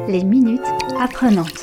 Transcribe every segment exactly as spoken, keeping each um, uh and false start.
Les minutes apprenantes.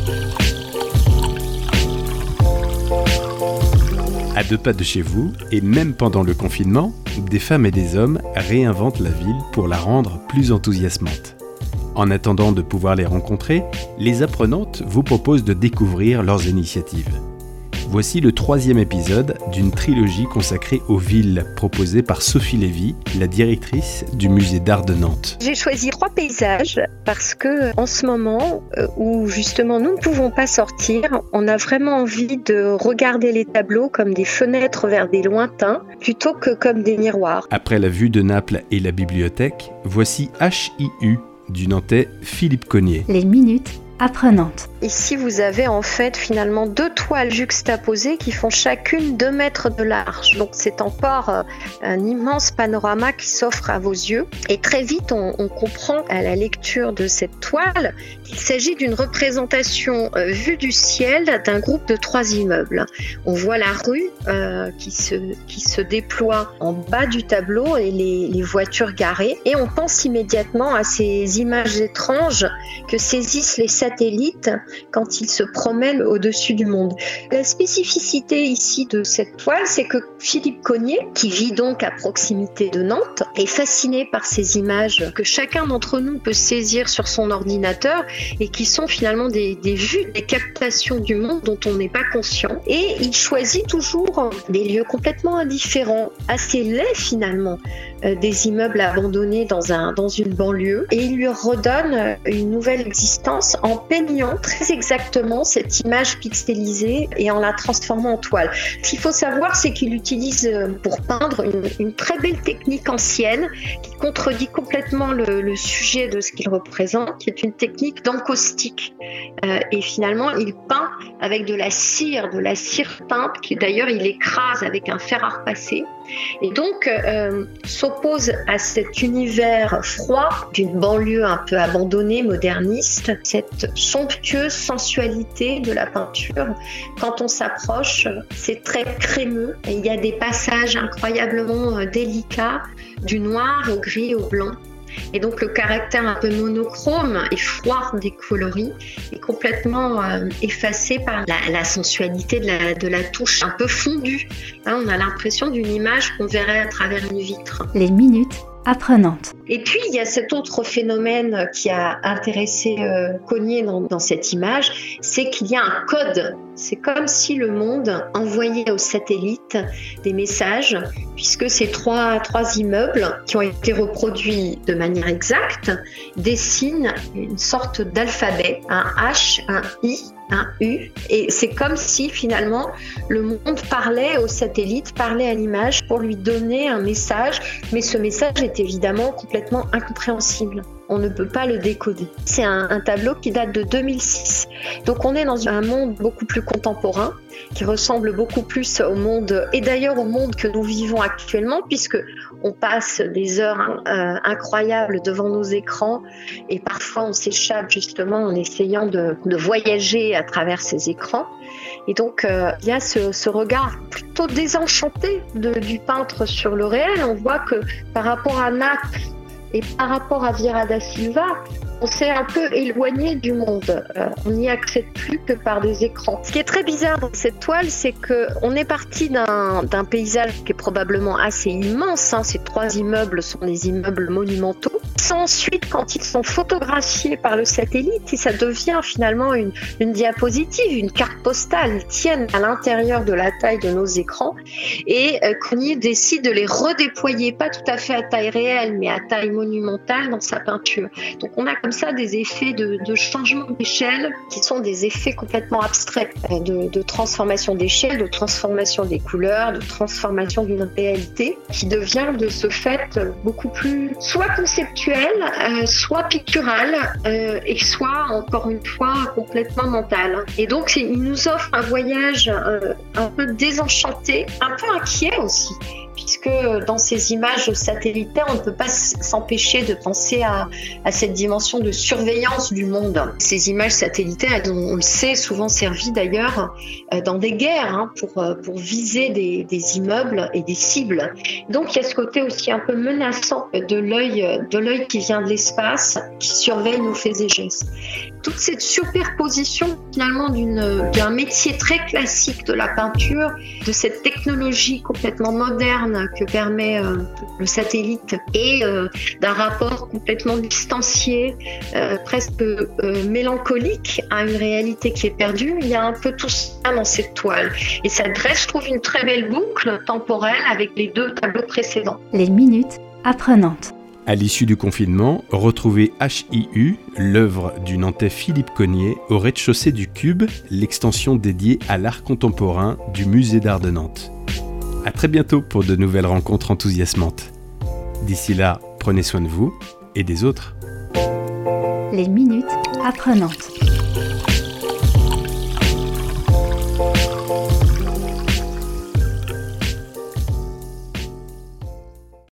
À deux pas de chez vous, et même pendant le confinement, des femmes et des hommes réinventent la ville pour la rendre plus enthousiasmante. En attendant de pouvoir les rencontrer, les apprenantes vous proposent de découvrir leurs initiatives. Voici le troisième épisode d'une trilogie consacrée aux villes, proposée par Sophie Lévy, la directrice du musée d'art de Nantes. J'ai choisi trois paysages parce que en ce moment où justement nous ne pouvons pas sortir, on a vraiment envie de regarder les tableaux comme des fenêtres vers des lointains plutôt que comme des miroirs. Après la vue de Naples et la bibliothèque, voici H I U du Nantais Philippe Cognier. Les minutes apprenantes. Ici, vous avez en fait finalement deux toiles juxtaposées qui font chacune deux mètres de large. Donc c'est encore euh, un immense panorama qui s'offre à vos yeux. Et très vite, on, on comprend à la lecture de cette toile qu'il s'agit d'une représentation euh, vue du ciel d'un groupe de trois immeubles. On voit la rue euh, qui, se, qui se déploie en bas du tableau et les, les voitures garées. Et on pense immédiatement à ces images étranges que saisissent les satellites quand ils se promènent au-dessus du monde. La spécificité ici de cette toile, c'est que Philippe Cognier, qui vit donc à proximité de Nantes, est fasciné par ces images que chacun d'entre nous peut saisir sur son ordinateur et qui sont finalement des, des vues, des captations du monde dont on n'est pas conscient. Et il choisit toujours des lieux complètement indifférents, assez laids finalement, euh, des immeubles abandonnés dans, un, dans une banlieue, et il lui redonne une nouvelle existence en peignant très exactement cette image pixelisée et en la transformant en toile. Ce qu'il faut savoir, c'est qu'il utilise pour peindre une, une très belle technique ancienne qui contredit complètement le, le sujet de ce qu'il représente, qui est une technique d'encaustique. Euh, et finalement, il peint avec de la cire, de la cire peinte, qui d'ailleurs il écrase avec un fer à repasser. Et donc euh, s'oppose à cet univers froid d'une banlieue un peu abandonnée, moderniste, cette somptueuse sensualité de la peinture. Quand on s'approche, c'est très crémeux et il y a des passages incroyablement euh, délicats, du noir au gris au blanc. Et donc le caractère un peu monochrome et froid des coloris est complètement euh, effacé par la, la sensualité de la, de la touche un peu fondue. Là, on a l'impression d'une image qu'on verrait à travers une vitre. Les minutes apprenantes. Et puis, il y a cet autre phénomène qui a intéressé euh, Cognier dans, dans cette image, c'est qu'il y a un code. C'est comme si le monde envoyait aux satellites des messages, puisque ces trois, trois immeubles qui ont été reproduits de manière exacte dessinent une sorte d'alphabet, un H, un I, un U, et c'est comme si finalement le monde parlait au satellite, parlait à l'image pour lui donner un message, mais ce message est évidemment complètement incompréhensible. On ne peut pas le décoder. C'est un, un tableau qui date de deux mille six. Donc on est dans un monde beaucoup plus contemporain, qui ressemble beaucoup plus au monde, et d'ailleurs au monde que nous vivons actuellement, puisque on passe des heures euh, incroyables devant nos écrans, et parfois on s'échappe justement en essayant de, de voyager à travers ces écrans. Et donc euh, il y a ce, ce regard plutôt désenchanté de, du peintre sur le réel. On voit que par rapport à Naples et par rapport à Vieira da Silva, on s'est un peu éloigné du monde. Euh, on n'y accède plus que par des écrans. Ce qui est très bizarre dans cette toile, c'est qu'on est parti d'un, d'un paysage qui est probablement assez immense. Hein. Ces trois immeubles sont des immeubles monumentaux. Sans ensuite, quand ils sont photographiés par le satellite, et ça devient finalement une, une diapositive, une carte postale. Ils tiennent à l'intérieur de la taille de nos écrans. Et euh, Cognier décide de les redéployer, pas tout à fait à taille réelle, mais à taille monumentale dans sa peinture. Donc on a comme ça des effets de, de changement d'échelle qui sont des effets complètement abstraits, de, de transformation d'échelle, de transformation des couleurs, de transformation d'une réalité qui devient de ce fait beaucoup plus soit conceptuelle, euh, soit picturale, euh, et soit encore une fois complètement mentale. Et donc il nous offre un voyage euh, un peu désenchanté, un peu inquiet aussi, puisque dans ces images satellitaires, on ne peut pas s'empêcher de penser à, à cette dimension de surveillance du monde. Ces images satellitaires, elles ont, on le sait, souvent servi d'ailleurs dans des guerres hein, pour, pour viser des, des immeubles et des cibles. Donc il y a ce côté aussi un peu menaçant de l'œil, de l'œil qui vient de l'espace, qui surveille nos faits et gestes. Toute cette superposition finalement d'une, d'un métier très classique de la peinture, de cette technologie complètement moderne que permet euh, le satellite et euh, d'un rapport complètement distancié, euh, presque euh, mélancolique à une réalité qui est perdue. Il y a un peu tout ça dans cette toile. Et ça dresse, je trouve, une très belle boucle temporelle avec les deux tableaux précédents. Les minutes apprenantes. À l'issue du confinement, retrouvez H I U, l'œuvre du Nantais Philippe Cogniet, au rez-de-chaussée du Cube, l'extension dédiée à l'art contemporain du Musée d'Art de Nantes. À très bientôt pour de nouvelles rencontres enthousiasmantes. D'ici là, prenez soin de vous et des autres. Les minutes apprenantes.